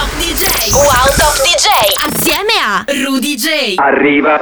Top DJ. Wow Top DJ. Assieme a Rudy J. Arriva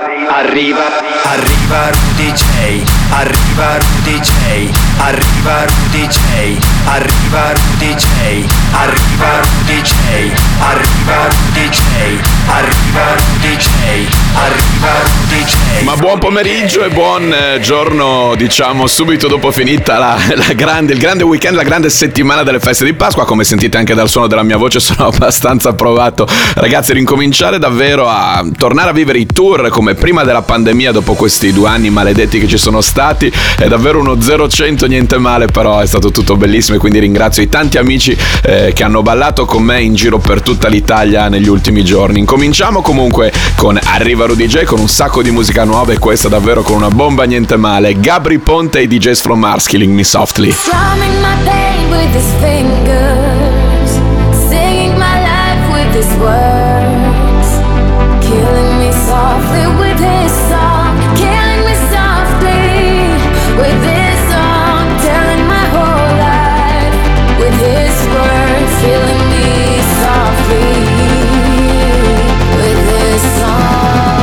Rudy J. Arriva Rudy J. Arriva Rudy J. Arriva Rudy J. Arriva Rudy J. Arriva Rudy J. Arriva Rudy J. Arriva Rudy J. Ma buon pomeriggio e buon giorno, diciamo subito dopo finita il grande weekend, la grande settimana delle feste di Pasqua. Come sentite anche dal suono della mia voce sono abbastanza provato, ragazzi, a ricominciare davvero a tornare a vivere i tour come prima della pandemia, dopo questi 2 anni maledetti che ci sono stati. È davvero uno 0-100 niente male, però è stato tutto bellissimo e quindi ringrazio i tanti amici che hanno ballato con me in giro per tutta l'Italia negli ultimi giorni. Incominciamo comunque con Arriva Rudy J, con un sacco di musica nuova, e questa davvero con una bomba niente male. Gabry Ponte e DJs from Mars, Killing Me Softly. Strumming my pain with his fingers, singing my life with his words, killing me softly with his song, killing me softly with his song, telling my whole life with his words, killing me softly with his song.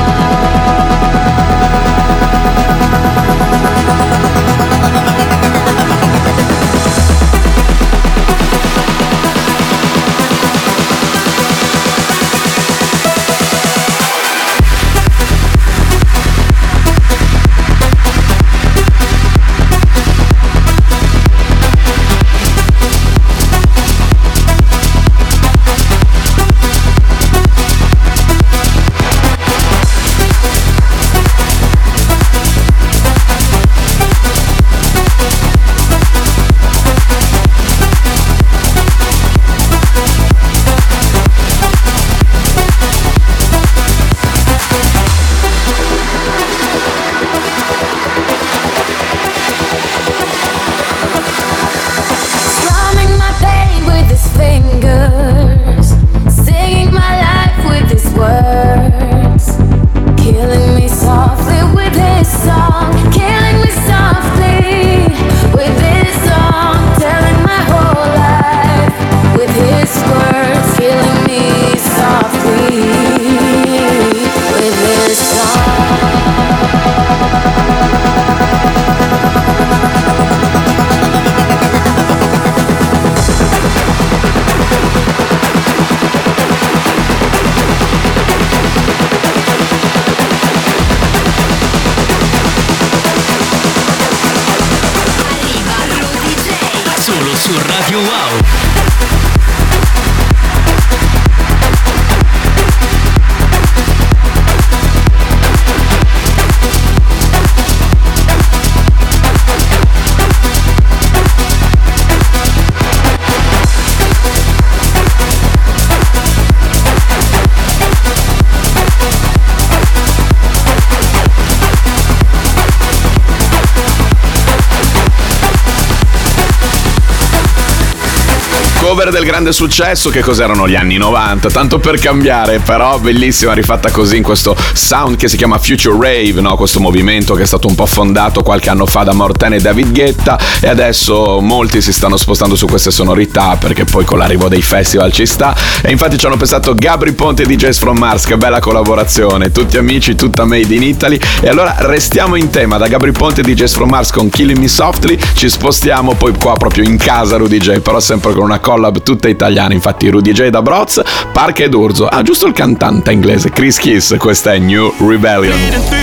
Cover del grande successo, che cos'erano gli anni 90, tanto per cambiare, però bellissima, rifatta così in questo sound che si chiama Future Rave, no? Questo movimento che è stato un po' fondato qualche anno fa da Morten e David Guetta, e adesso molti si stanno spostando su queste sonorità perché poi con l'arrivo dei festival ci sta, e infatti ci hanno pensato Gabry Ponte e DJs from Mars. Che bella collaborazione, tutti amici, tutta made in Italy. E allora restiamo in tema, da Gabry Ponte e DJs from Mars con Killing Me Softly ci spostiamo poi qua proprio in casa Rudy J, però sempre con una collab tutta italiana. Infatti Rudy J da Broz, Parca ed Urzo, giusto il cantante inglese Chris Kiss. Questa è New Rebellion.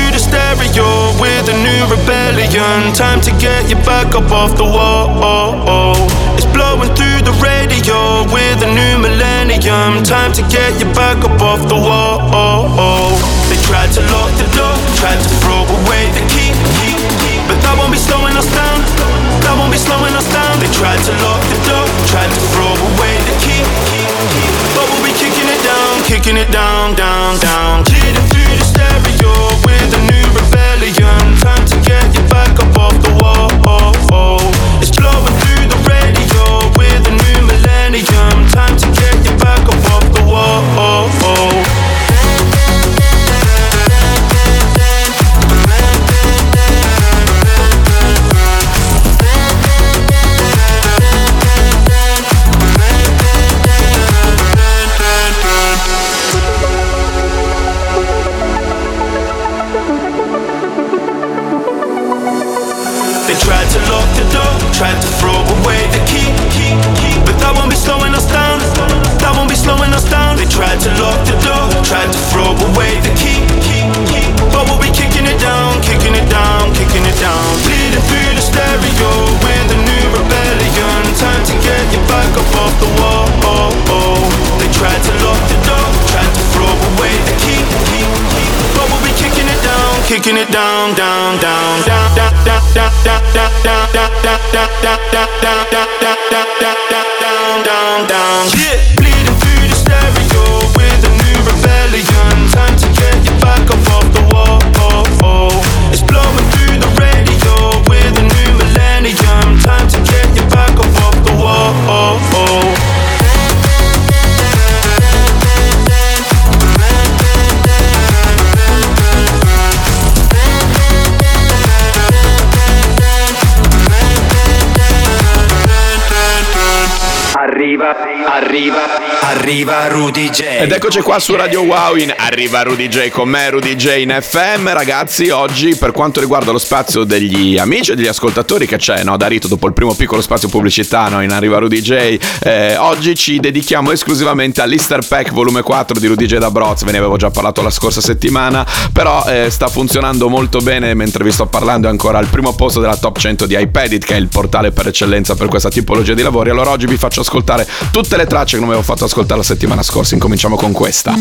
Time to get you back up off the wall. It's blowing through the radio with a new millennium. Time to get you back up off the wall. They tried to lock the door, tried to throw away the key, but that won't be slowing us down. That won't be slowing us down. They tried to lock the door, tried to throw away the key, but we'll be kicking it down, down, down. Bleeding through the stereo with a new rebellion. Time to get you back up off the wall. It's blowing through the radio with a new millennium. Time to get you back up off the wall. That won't be slowing us down. That won't be slowing us down. They tried to lock the door, tried to throw away the key. But we'll be kicking it down, kicking it down, kicking it down. Bleeding through the stereo with a new rebellion. Time to get you back up off the wall. They tried to lock the door, tried to throw away the key. But we'll be kicking it down, kicking it down, down, down, down, down, down, down, down, down, down, down, down, down, down, down, down. Yeah, bleeding through the stereo with a new rebellion. Time to get you back up off the wall. It's blowing through the radio with a new millennium. Time to get you back up off the wall. Arriva Rudy J. Ed eccoci qua su Radio Wow in Arriva Rudy J con me, Rudy J in FM. Ragazzi, oggi per quanto riguarda lo spazio degli amici e degli ascoltatori che c'è, no, da Rito dopo il primo piccolo spazio pubblicità, no, in Arriva Rudy J, oggi ci dedichiamo esclusivamente all'Easter Pack volume 4 di Rudy J da Broz. Ve ne avevo già parlato la scorsa settimana, però sta funzionando molto bene. Mentre vi sto parlando è ancora al primo posto della top 100 di iPadit, che è il portale per eccellenza per questa tipologia di lavori. Allora oggi vi faccio ascoltare tutte le tracce che non avevo fatto ascoltare la settimana scorsa. Incominciamo con questa.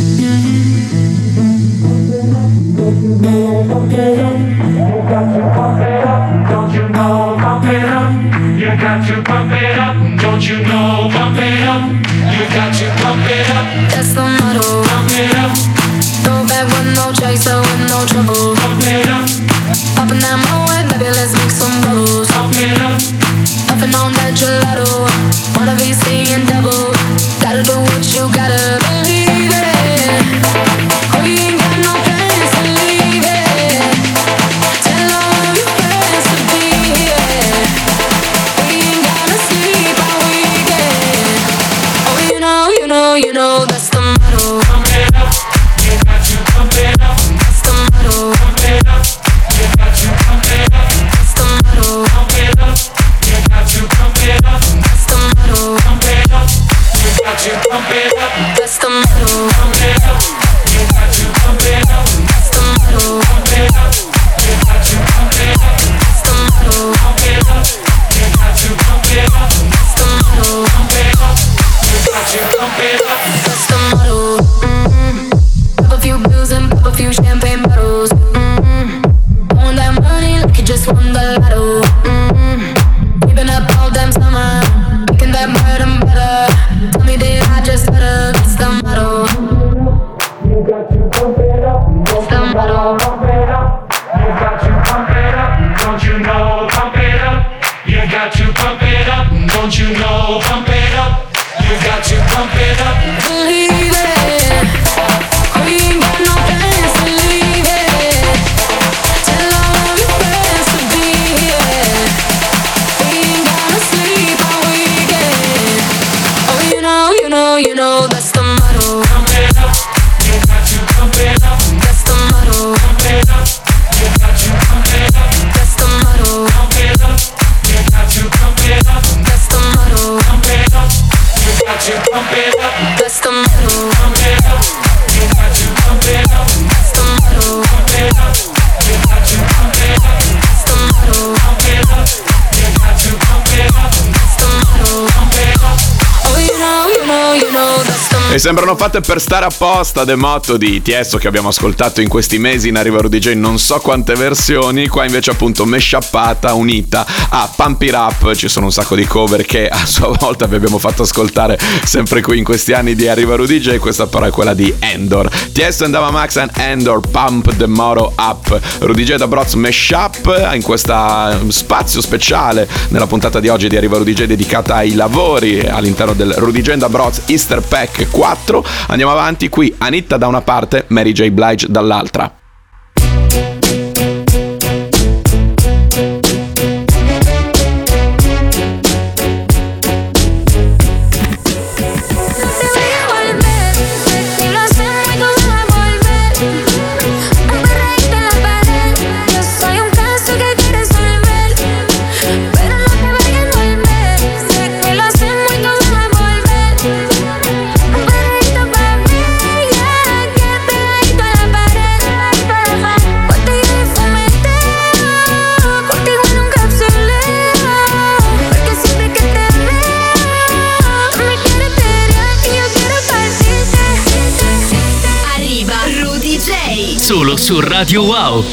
Gotta do what you gotta believe it. Oh, you ain't got no plans to leave it. Tell all your friends to be here. We ain't gotta sleep all weekend. Oh, you know that's the motto. Pump it up, you got to pump it up. That's the motto. Pump it up, you got to pump it up. That's the motto. Pump it up, you got to pump it up. That's the motto. Pump it up. Got to pump it up. That's the motto. Pump it up. You got to pump it up. That's the motto. Pump it up. You got to pump it up. That's the motto. Pump it up. You got to pump it up. That's the motto. Pump it up. You got to pump it up. That's the motto. Pop a few bills and pop a few champagne bottles. Want that money like you just won the lotto. We've been up all damn summer, making that bread and butter. Tell me did I just stutter? That's the motto. You got to pump it up. That's the motto. Pump it up. You got to pump it up. Don't you know? Pump it up. You got to pump it up. Don't you know? Pump it up. You got to pump it up. Believe it. Oh, you ain't got no plans to leave it. Tell all your friends to be here. We ain't gonna sleep all weekend. Oh, you know that's the motto. Pump it up, you got to pump it up. That's the motto. Pump it up, you got to pump it up. That's the motto. Pump it up, you got to pump it up. That's the motto. Pump it up, you got to pump it up. That's the motto. Pump it up, you got to pump it up. That's the motto. Pump it up, you got to pump it up. That's the motto. Pump it up, you got to pump it up. That's the motto. Pump it up. Oh, you know that's the motto. E sembrano fatte per stare apposta, The Motto di Tiesto, che abbiamo ascoltato in questi mesi in Arriva Rudy J in non so quante versioni. Qua invece appunto mashuppata, unita a Pump It Up. Ci sono un sacco di cover che a sua volta vi abbiamo fatto ascoltare sempre qui in questi anni di Arriva Rudy J. Questa però è quella di Endor. Tiesto and Ava Max and Endor, Pump the Motto Up. Rudy J da Broz mashup in questo spazio speciale nella puntata di oggi di Arriva Rudy J dedicata ai lavori all'interno del Rudy J da Broz Easter Pack 4. Andiamo avanti, qui Anitta da una parte, Mary J. Blige dall'altra. Pero lo que vaya no es ver, sé que lo hacemos y nos Solo su Radio Wow.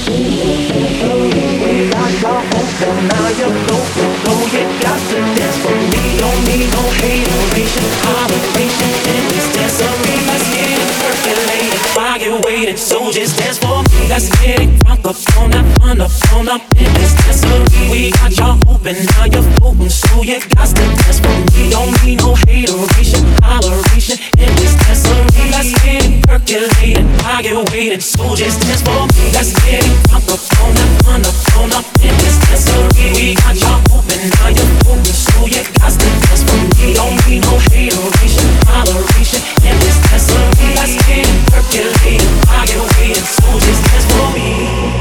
So just dance for me. Let's get it crunk up on that fun up in this dancery. We got y'all open, now you're floating, so you got to dance for me. Don't need no hateration, holleration in this dancery. Let's get it percolated, I get waited, so just dance for me. Let's get it crunk up on that fun up in this dancery. We got y'all open, now you're floating, so you got to dance for me. Don't need no hateration, holleration in this dancery. Let's get it percolated, I get waited, so just dance for me.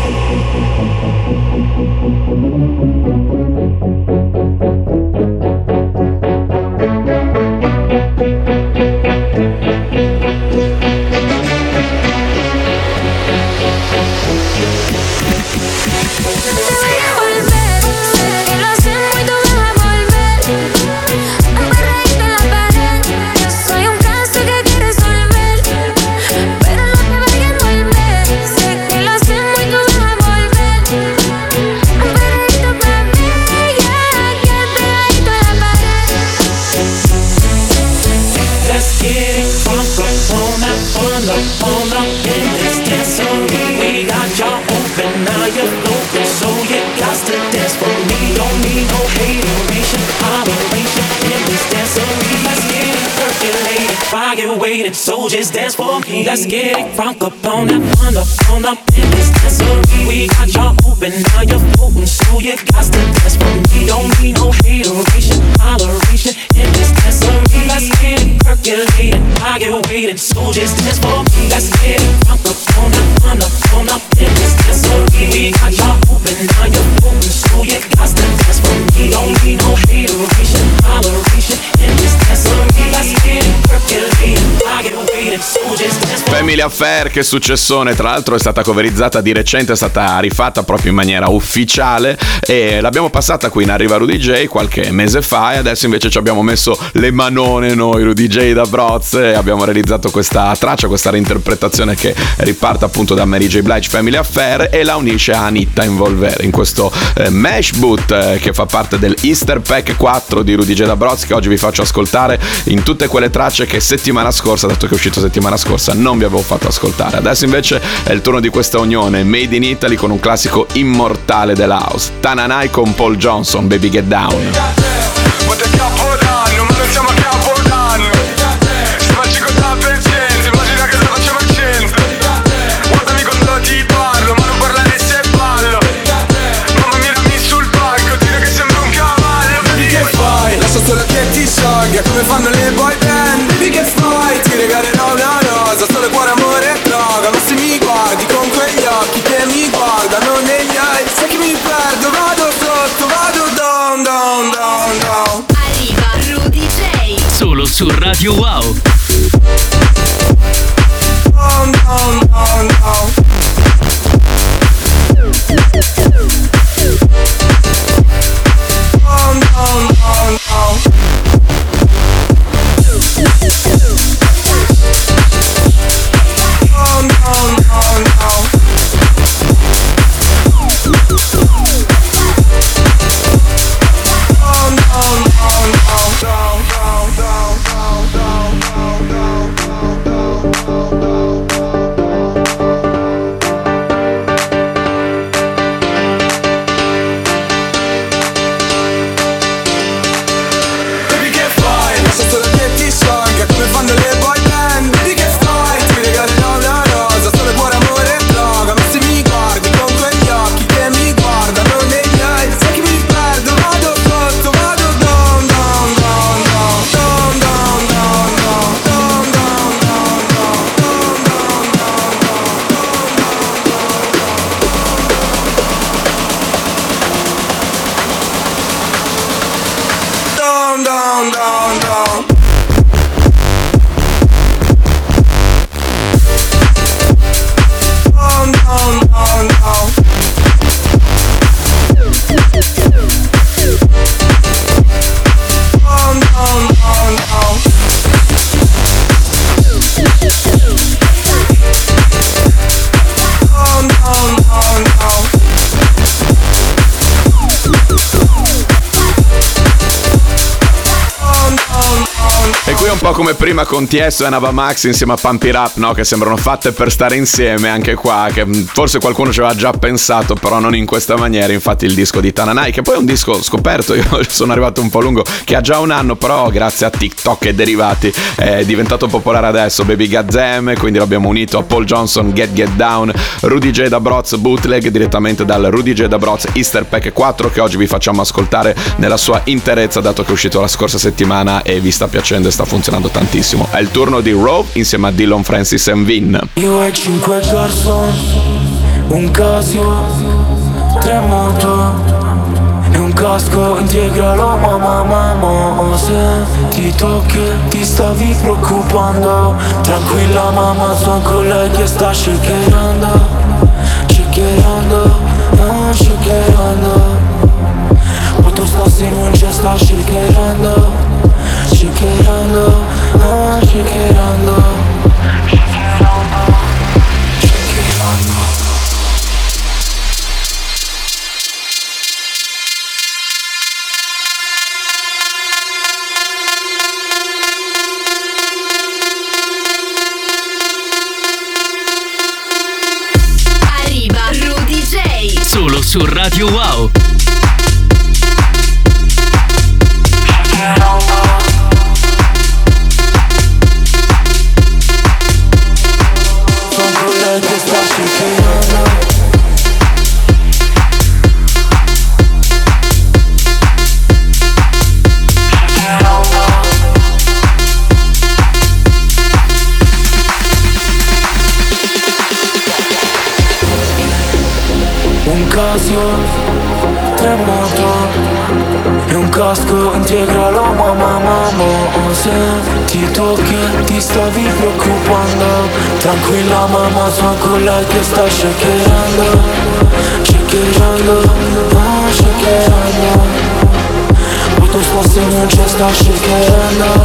So just dance for me. Let's get it crunk up on that fun up in this dancery. We got y'all open, now you're floating, so you got to dance for me. Don't need no hateration, holleration in this dancery. Let's get it percolated, I get waited, so just dance for me. Let's get it crunk up on that fun up in this dancery. We got y'all open, now you're floating, so you got to dance for me. Don't need no hateration, holleration in this dancery. Let's get it percolated, I get waited, so just dance for me. Family Affair, che successone, tra l'altro è stata coverizzata di recente, è stata rifatta proprio in maniera ufficiale e l'abbiamo passata qui in Arriva Rudy J qualche mese fa e adesso invece ci abbiamo messo le manone noi Rudy J da Broz e abbiamo realizzato questa traccia, questa reinterpretazione che riparte appunto da Mary J. Blige Family Affair e la unisce a Anitta Involvere in questo Mash Boot che fa parte del Easter Pack 4 di Rudy J da Broz, che oggi vi faccio ascoltare in tutte quelle tracce che settimana scorsa, dato che è uscito settimana scorsa, non vi avevo fatto ascoltare. Adesso invece è il turno di questa unione Made in Italy con un classico immortale della house, Tananai con Paul Johnson, Baby Get Down. Solo che ti scioglie come fanno le boy band. Baby che fai? Ti regalerò una rosa, solo cuore, amore e droga. Ma se mi guardi con quegli occhi che mi guardano negli occhi, sai che mi perdo, vado sotto, vado down, down, down, down. Arriva Rudy J. Solo su Radio Wow. Down, down, down, down. Down, down, down, down. Down, down, down, down. Down, down, down, down, down, down, down, down, down. come prima con Tiesto e Nava Max insieme a Pump It Up, no? Che sembrano fatte per stare insieme anche qua, che forse qualcuno ci aveva già pensato, però non in questa maniera. Infatti il disco di Tananai, che poi è un disco scoperto, io sono arrivato un po' lungo, che ha già un anno, però grazie a TikTok e derivati è diventato popolare adesso. Baby Got Them, quindi l'abbiamo unito a Paul Johnson, Get Down, Rudy J. Dabroz Bootleg, direttamente dal Rudy J. Dabroz Easter Pack 4, che oggi vi facciamo ascoltare nella sua interezza, dato che è uscito la scorsa settimana e vi sta piacendo e sta funzionando tantissimo. È il turno di Rove insieme a Dillon Francis and Vin. Io e 5 garçon, un Casio, 3 moto e un casco, integralo mamma, se ti tocchi ti stavi preoccupando, tranquilla mamma, sono con lei che sta shakerando, poi tu stassi non ci sta shakerando. Arriva Rudy J. Solo su Radio Wow. Un Casio, 3 moto e un casco, integralo mamma, se ti tocchi ti stavi preoccupando, tranquilla mamma, sono con lei che sta shakerando, poi tu stassi non ci sta shakerando.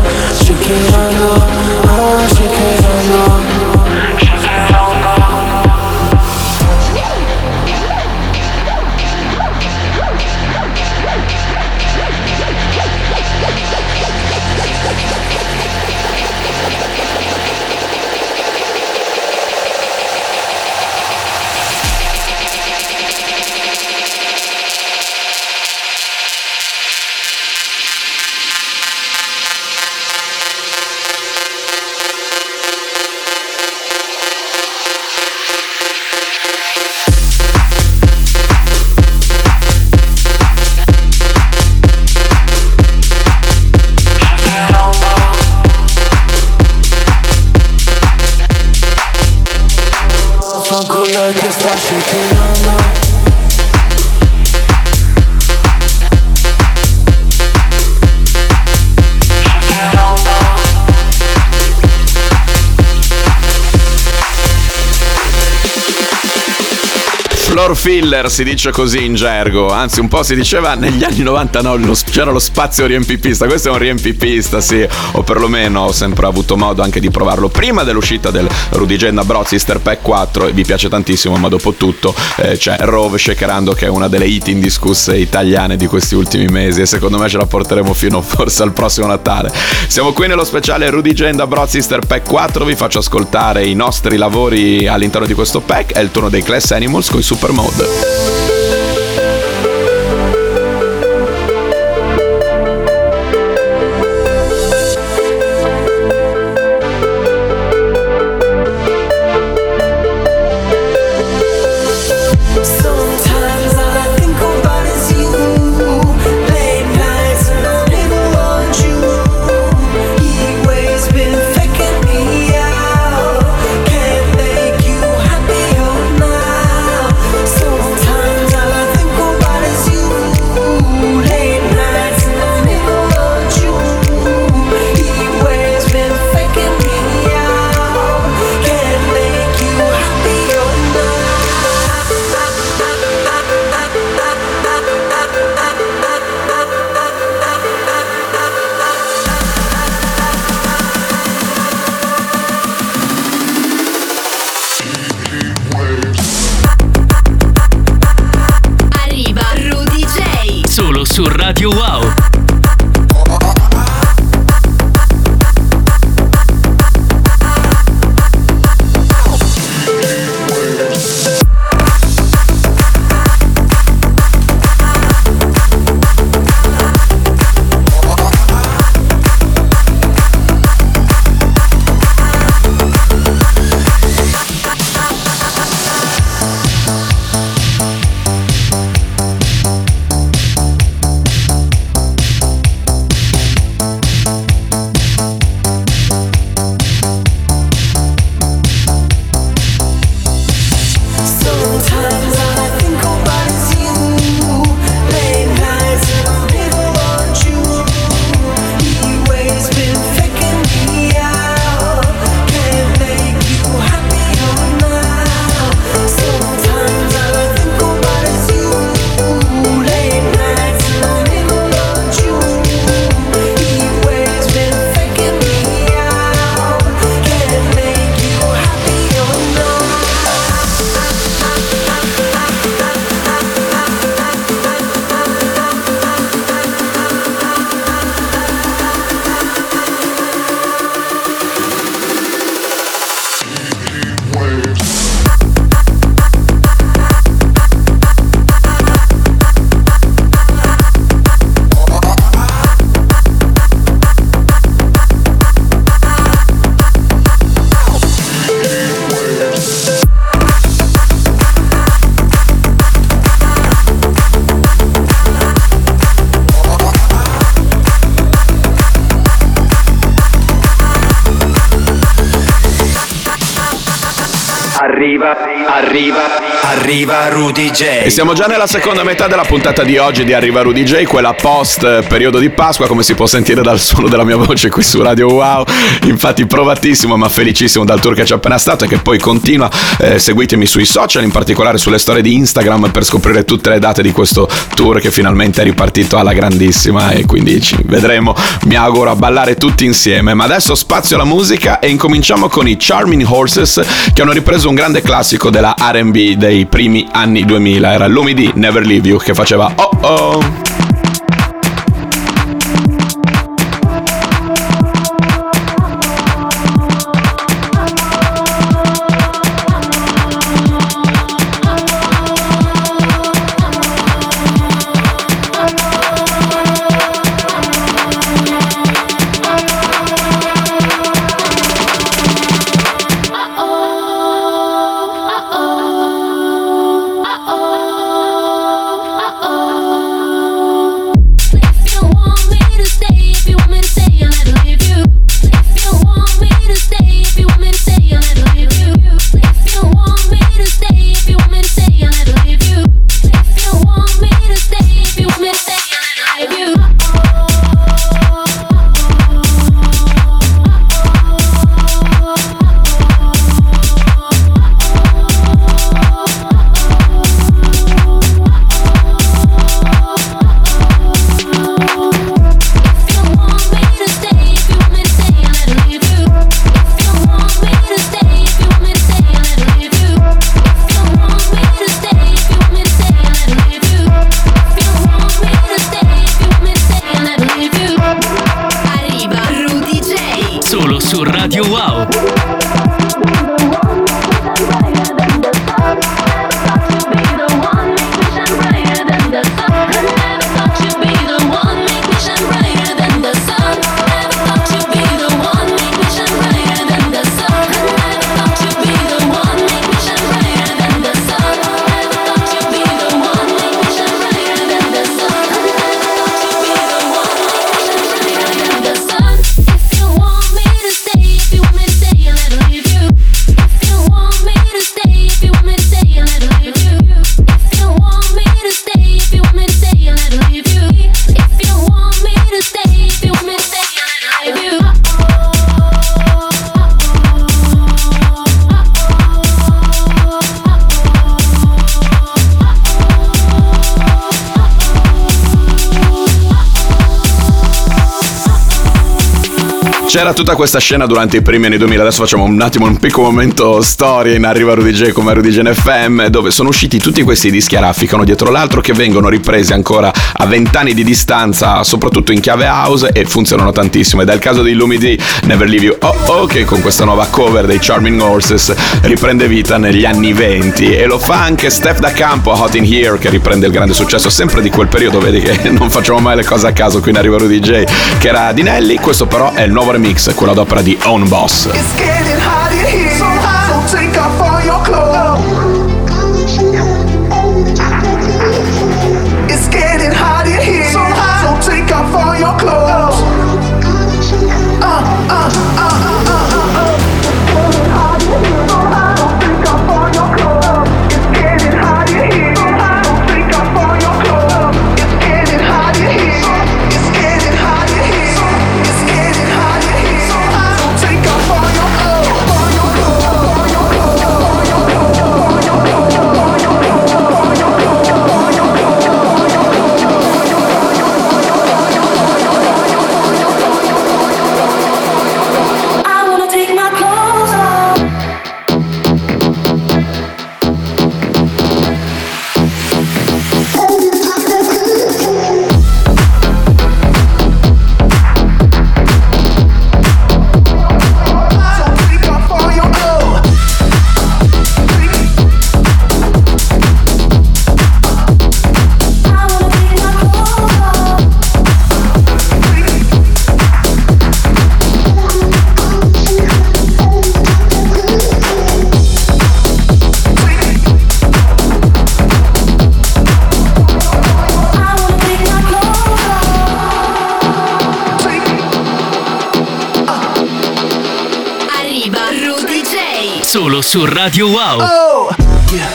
Sono con lei che sta shakerando. Floor filler si dice così in gergo, anzi un po' si diceva negli anni 90, no, c'era lo spazio riempipista. Questo è un riempipista, sì, o perlomeno ho sempre avuto modo anche di provarlo prima dell'uscita del Rudy J. Dabroz Easter Pack 4 e vi piace tantissimo, ma dopo tutto c'è Rove Shakerando, che è una delle hit indiscusse italiane di questi ultimi mesi e secondo me ce la porteremo fino forse al prossimo Natale. Siamo qui nello speciale Rudy J. Dabroz Easter Pack 4, vi faccio ascoltare i nostri lavori all'interno di questo pack. È il turno dei Class Animals con i Super Mode. Su Radio Wow. Arriva Rudy J. E siamo già nella seconda metà della puntata di oggi di Arriva Rudy J, quella post periodo di Pasqua, come si può sentire dal suono della mia voce qui su Radio Wow. Infatti provatissimo ma felicissimo dal tour che c'è appena stato e che poi continua. Seguitemi sui social, in particolare sulle storie di Instagram, per scoprire tutte le date di questo tour che finalmente è ripartito alla grandissima, e quindi ci vedremo, mi auguro, a ballare tutti insieme. Ma adesso spazio alla musica e incominciamo con i Charming Horses, che hanno ripreso un grande classico della R&B dei primi anni 2000. Era Lumidee, Never Leave You, che faceva oh oh. Su Radio Wow. C'era tutta questa scena durante i primi anni 2000, adesso facciamo un attimo un piccolo momento storia in Arriva Rudy J come Rudy J FM, dove sono usciti tutti questi dischi a raffica uno dietro l'altro che vengono ripresi ancora a 20 anni di distanza, soprattutto in chiave house, e funzionano tantissimo. Ed è il caso di Lumidee, Never Leave You oh oh, che con questa nuova cover dei Charming Horses riprende vita negli anni 20, e lo fa anche Steph Da Campo a Hot in Here, che riprende il grande successo sempre di quel periodo. Vedi che non facciamo mai le cose a caso qui in Arriva Rudy J, che era di Nelly. Questo però è il nuovo remix, quello d'opera di Own Boss. It's getting hot in here, so hot, so take off all your clothes. It's getting hot in here, so hot, so take off all your clothes. Solo su Radio Wow. Oh, yeah.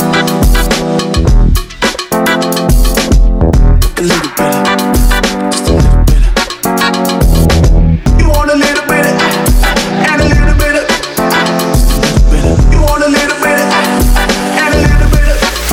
A little bit, just a little bit. You want a little bit, and a little bit, just a little bit. You want a little bit, and a little bit.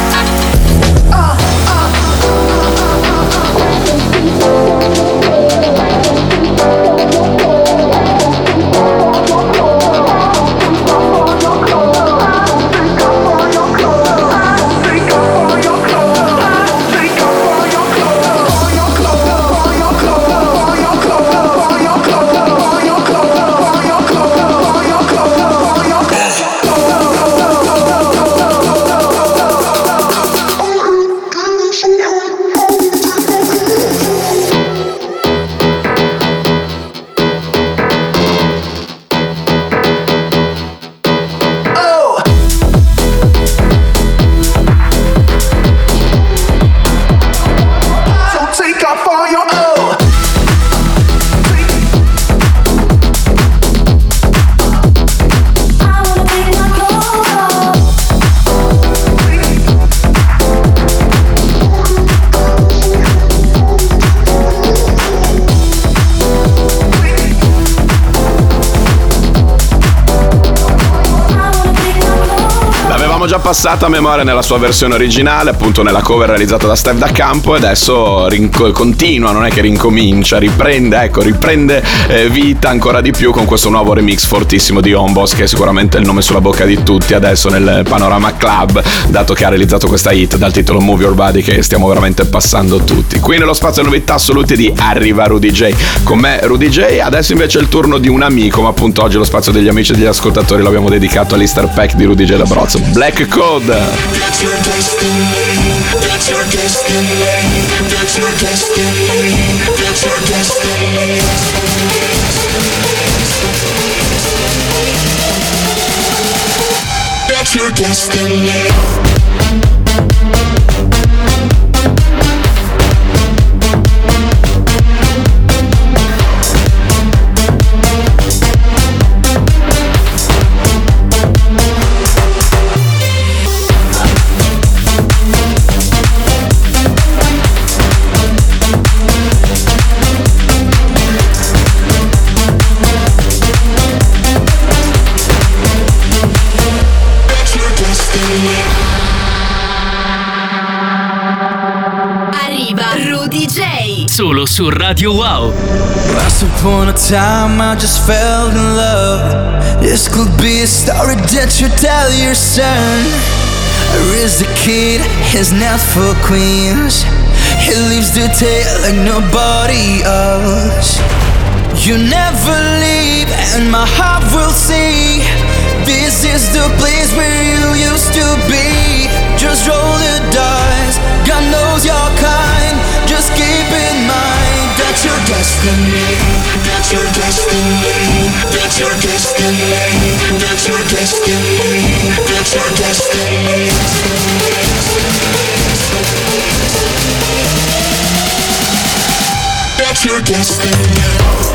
Già passata a memoria nella sua versione originale, appunto nella cover realizzata da Steph Da Campo, e adesso continua, non è che rincomincia, riprende vita ancora di più con questo nuovo remix fortissimo di Homeboss, che è sicuramente il nome sulla bocca di tutti adesso nel panorama club, dato che ha realizzato questa hit dal titolo Move Your Body che stiamo veramente passando tutti. Qui nello spazio novità assolute di Arriva Rudy J. Con me Rudy J, adesso invece è il turno di un amico, ma appunto oggi lo spazio degli amici e degli ascoltatori l'abbiamo dedicato all'Easter Pack di Rudy J D'Abruzzo, Black Code. That's your destiny. That's your destiny. That's your destiny. That's your destiny. That's your destiny. Solo su Radio Wow. Once upon a time I just fell in love. This could be a story that you tell your son. I raised a kid, he's not for queens. He lives the tale like nobody else. You never leave and my heart will see. This is the place where you used to be. Just roll the dice, God knows your kind. Just keep in mind that's your destiny. That's your destiny. That's your destiny. That's your destiny. That's your destiny. That's your destiny.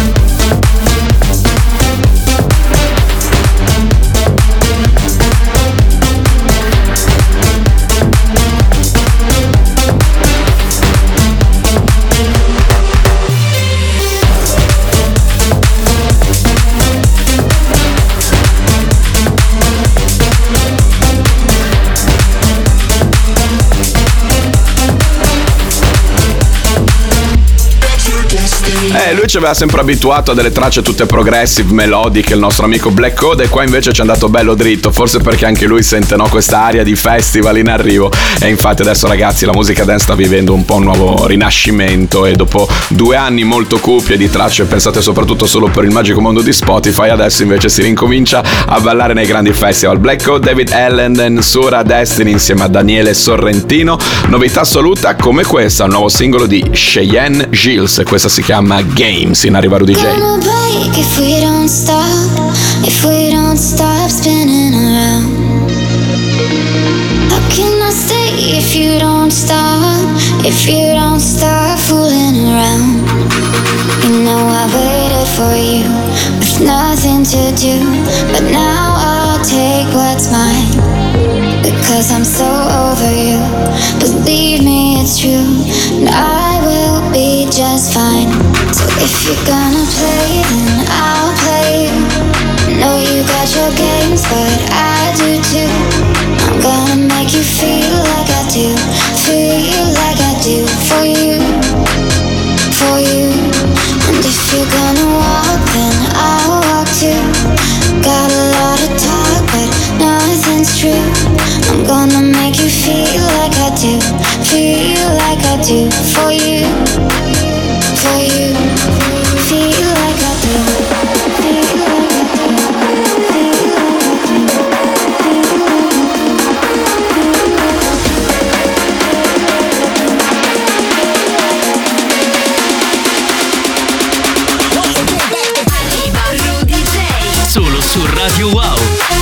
Lui ci aveva sempre abituato a delle tracce tutte progressive, melodiche, il nostro amico Black Code, e qua invece ci è andato bello dritto, forse perché anche lui sente, no, questa aria di festival in arrivo. E infatti adesso, ragazzi, la musica dance sta vivendo un po' un nuovo rinascimento, e dopo 2 anni molto cupi e di tracce pensate soprattutto solo per il magico mondo di Spotify, adesso invece si rincomincia a ballare nei grandi festival. Black Code, David Ellenden, Sura Destiny insieme a Daniele Sorrentino. Novità assoluta come questa, il nuovo singolo di Cheyenne Gilles, e questa si chiama Games in Arriva Rudy J. If we don't stop spinning around, how can I stay if you don't stop fooling around? You know I waited for you with nothing to do, but now I'll I'll take what's mine, because I'm so over you. Believe me, it's true, and I will be just fine. So if you're gonna play, then I'll play. Know you got your games, but I do too. I'm gonna make you feel like I do, feel like I do for you, for you. And if you're gonna walk, then I'll walk too. Got a lot of talk, but nothing's true. I'm gonna make you feel like I do, feel like I do for you, for you. Feel like I do, feel like I do, feel like I do. Solo su Radio Wow.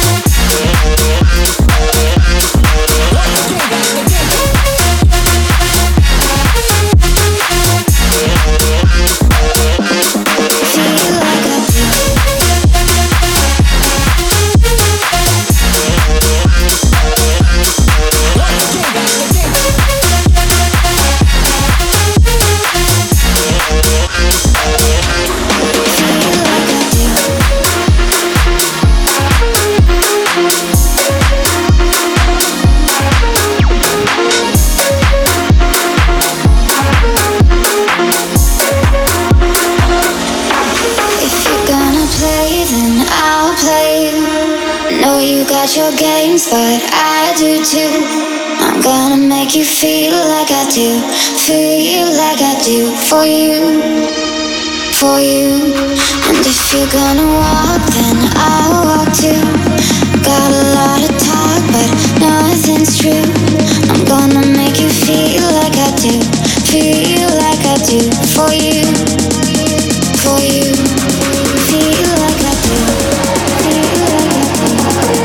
Your games, but I do too. I'm gonna make you feel like I do, feel like I do for you, for you. And if you're gonna walk, then I'll walk too. Got a lot of talk, but nothing's true. I'm gonna make you feel like I do, feel like I do for you, for you. Feel like I do, feel like I do.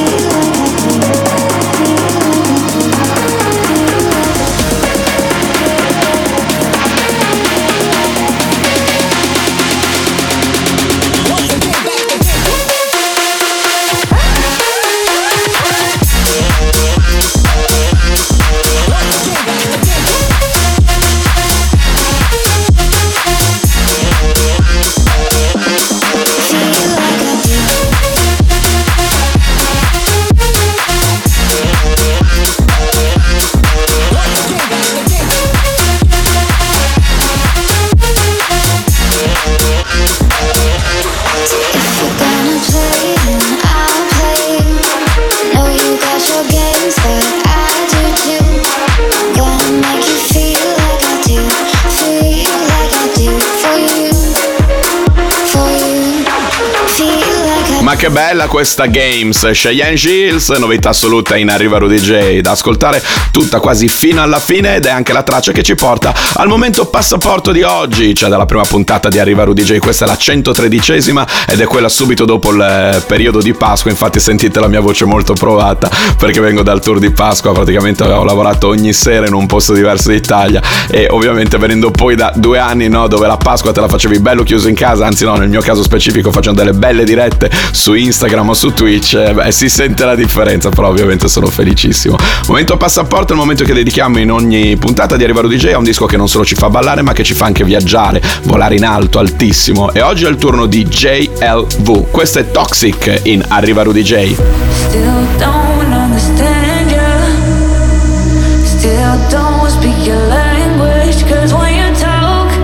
Ma che bella questa Games, Cheyenne Gilles, novità assoluta in Arriva Rudy J, da ascoltare tutta quasi fino alla fine, ed è anche la traccia che ci porta al momento passaporto di oggi, cioè dalla prima puntata di Arriva Rudy J. Questa è la 113esima ed è quella subito dopo il periodo di Pasqua. Infatti sentite la mia voce molto provata perché vengo dal tour di Pasqua, praticamente ho lavorato ogni sera in un posto diverso d'Italia, e ovviamente venendo poi da 2 anni, no, dove la Pasqua te la facevi bello chiuso in casa, anzi no, nel mio caso specifico facendo delle belle dirette su Instagram o su Twitch, si sente la differenza, però ovviamente sono felicissimo. Momento passaporto è il momento che dedichiamo in ogni puntata di Arriva Rudy J a un disco che non solo ci fa ballare ma che ci fa anche viaggiare, volare in alto, altissimo, e oggi è il turno di JLV. Questo è Toxic in Arriva Rudy J. Still don't understand you, still don't speak your language, 'cause when you talk,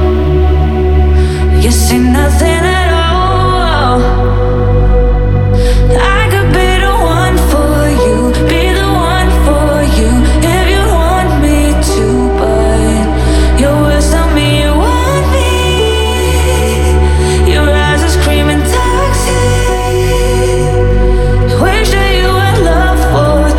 you say nothing at all. I could be the one for you, be the one for you, if you want me to, but your words tell me you want me, your eyes are screaming toxic. Wish that you had love for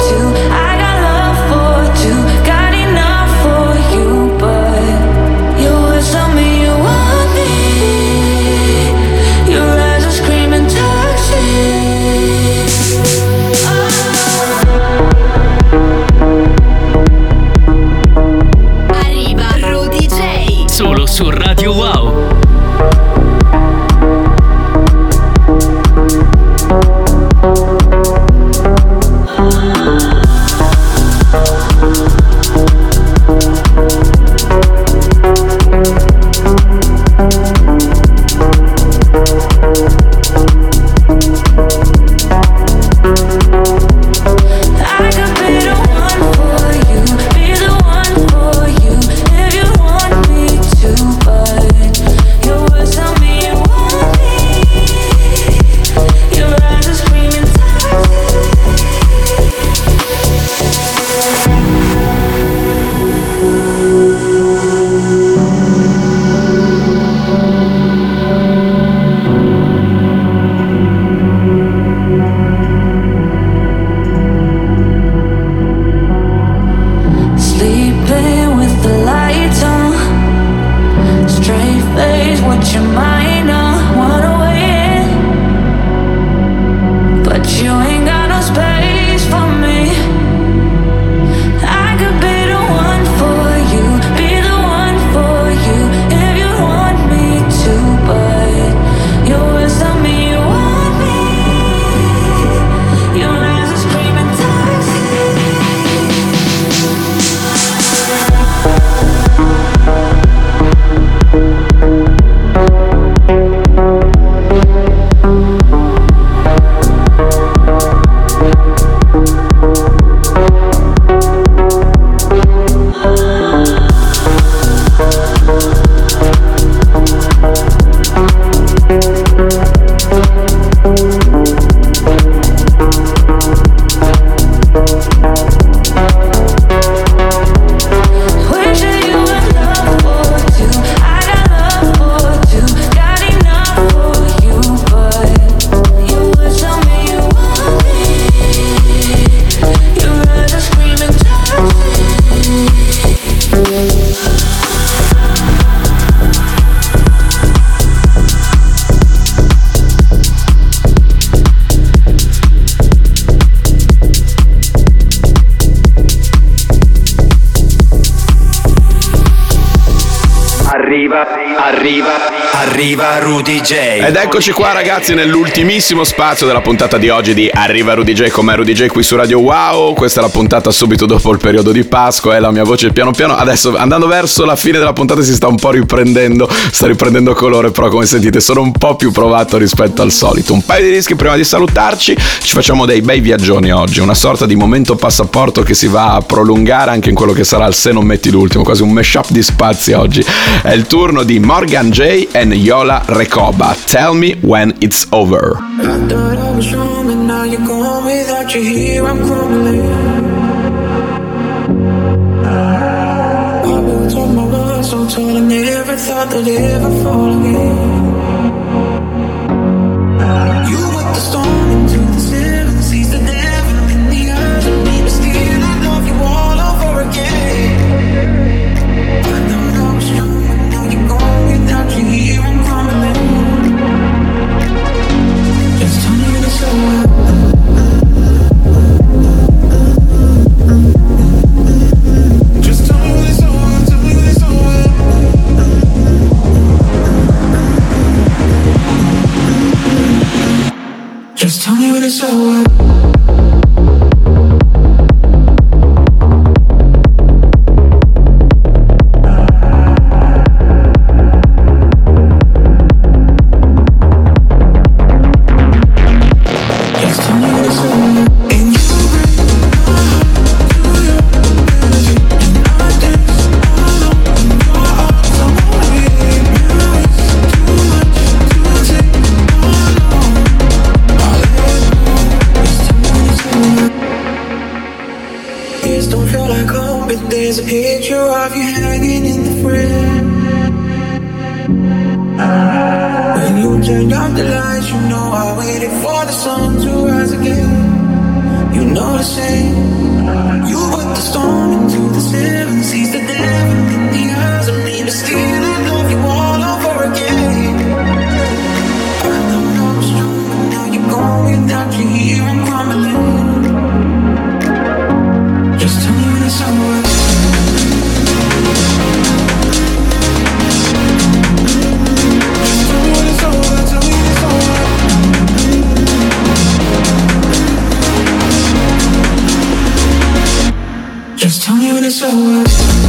Arriva Rudy J. Ed eccoci qua ragazzi nell'ultimissimo spazio della puntata di oggi di Arriva Rudy J con me Rudy J qui su Radio Wow. Questa è la puntata subito dopo il periodo di Pasqua e la mia voce piano piano adesso andando verso la fine della puntata si sta un po' riprendendo, sta riprendendo colore, però come sentite sono un po' più provato rispetto al solito. Un paio di dischi prima di salutarci, ci facciamo dei bei viaggioni oggi, una sorta di momento passaporto che si va a prolungare anche in quello che sarà il Se non metti l'ultimo, quasi un mashup di spazi oggi. È il turno di Morgan J e Yola Recoba, Tell Me When It's Over. I thought I was wrong and now you're gone. Without you here I'm crumbling. I built up my world so tall I never thought they'd ever fall again. You with the storm into the seven seas, the devil in the eyes of me, but still I love you all over again. I thought I was strong and now you're gone. Without you here I'm crumbling. Just tell me when it's over. Just tell me when it's over. Tell me when it's over. Just tell me when it's over. There's a picture of you hanging in the frame. When you turned out the lights, you know I waited for the sun to rise again. You know the same. You put the storm into the seven seas, the devil in the eyes of me, but still I love you all over again. I thought I was strong, but now you're gone. Without you here, I'm crumbling. Just tell me when it's over. Just tell me when it's over.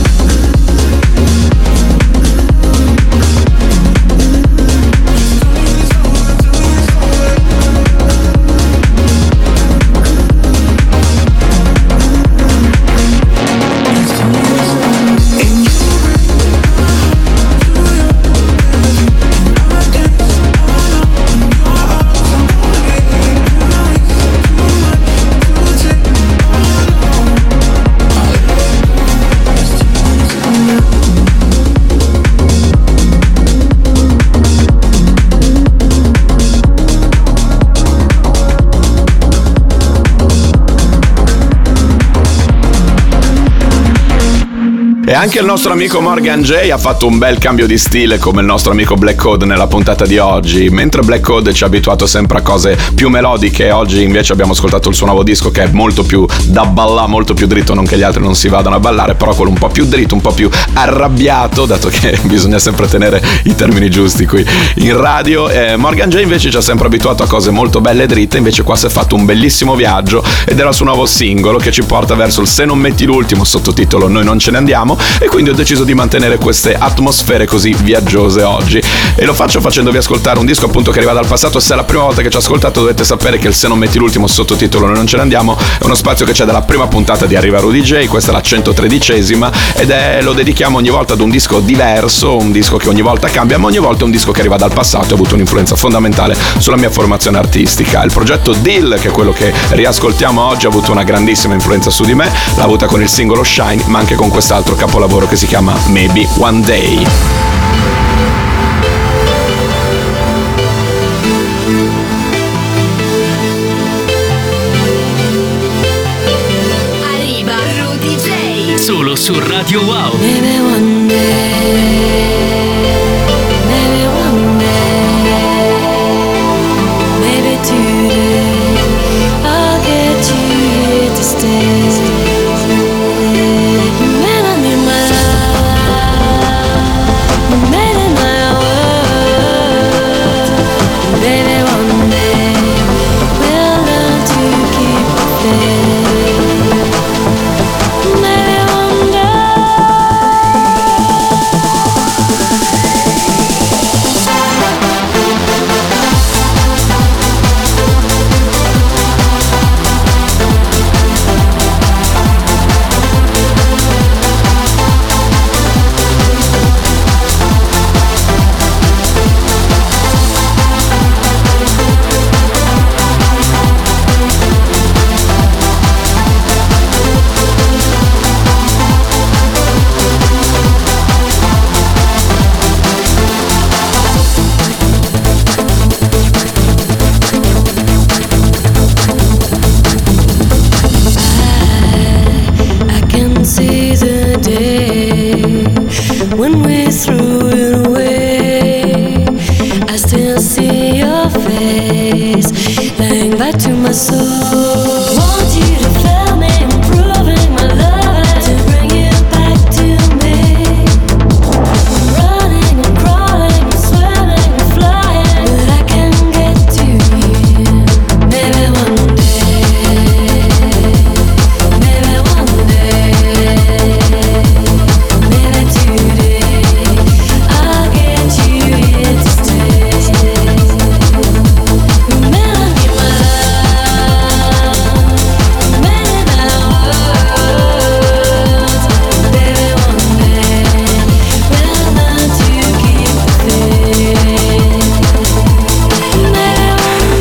E anche il nostro amico Morgan J ha fatto un bel cambio di stile come il nostro amico Black Code nella puntata di oggi. Mentre Black Code ci ha abituato sempre a cose più melodiche, oggi invece abbiamo ascoltato il suo nuovo disco che è molto più da ballare, molto più dritto, non che gli altri non si vadano a ballare, però quello un po' più dritto, un po' più arrabbiato, dato che bisogna sempre tenere i termini giusti qui in radio. Morgan J invece ci ha sempre abituato a cose molto belle e dritte, invece qua si è fatto un bellissimo viaggio ed era il suo nuovo singolo che ci porta verso il Se non metti l'ultimo, sottotitolo Noi non ce ne andiamo, e quindi ho deciso di mantenere queste atmosfere così viaggiose oggi e lo faccio facendovi ascoltare un disco appunto che arriva dal passato. Se è la prima volta che ci ascoltate dovete sapere che il Se non metti l'ultimo, sottotitolo Noi non ce ne andiamo, è uno spazio che c'è dalla prima puntata di Arriva Rudy J, questa è la 113esima ed lo dedichiamo ogni volta ad un disco diverso, un disco che ogni volta cambia, ma ogni volta è un disco che arriva dal passato e ha avuto un'influenza fondamentale sulla mia formazione artistica. Il progetto Deal, che è quello che riascoltiamo oggi, ha avuto una grandissima influenza su di me, l'ha avuta con il singolo Shine, ma anche con quest'altro capolavoro che si chiama Maybe One Day. Arriva Rudy J. Solo su Radio Wow. Maybe one day, maybe one day, maybe today I'll get you here to stay. You may not need my love, you may not right to my soul. Want you to feel me, improving my love to bring you back to me. Running and crawling, swimming and flying, but I can't get to you. Maybe one day, maybe one day, maybe today, I'll get you here to stay. Remember me, my love, remember our words. Baby, one day we'll learn to keep the faith. Maybe one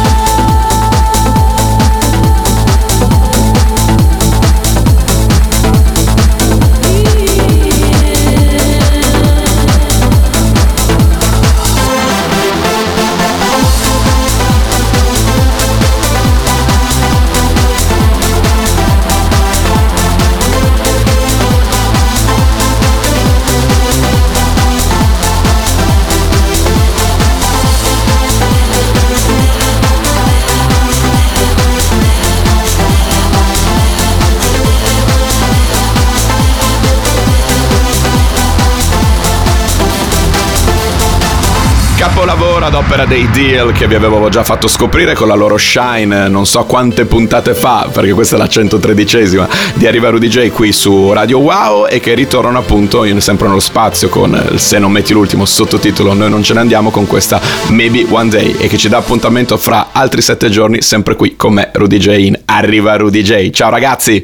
Capolavoro ad opera dei Deal, che vi avevo già fatto scoprire con la loro Shine non so quante puntate fa, perché questa è la 113esima di Arriva Rudy J qui su Radio Wow, e che ritornano appunto sempre nello spazio con Se non metti l'ultimo sottotitolo Noi non ce ne andiamo, con questa Maybe One Day, e che ci dà appuntamento fra altri 7 giorni sempre qui con me, Rudy J, in Arriva Rudy J. Ciao ragazzi!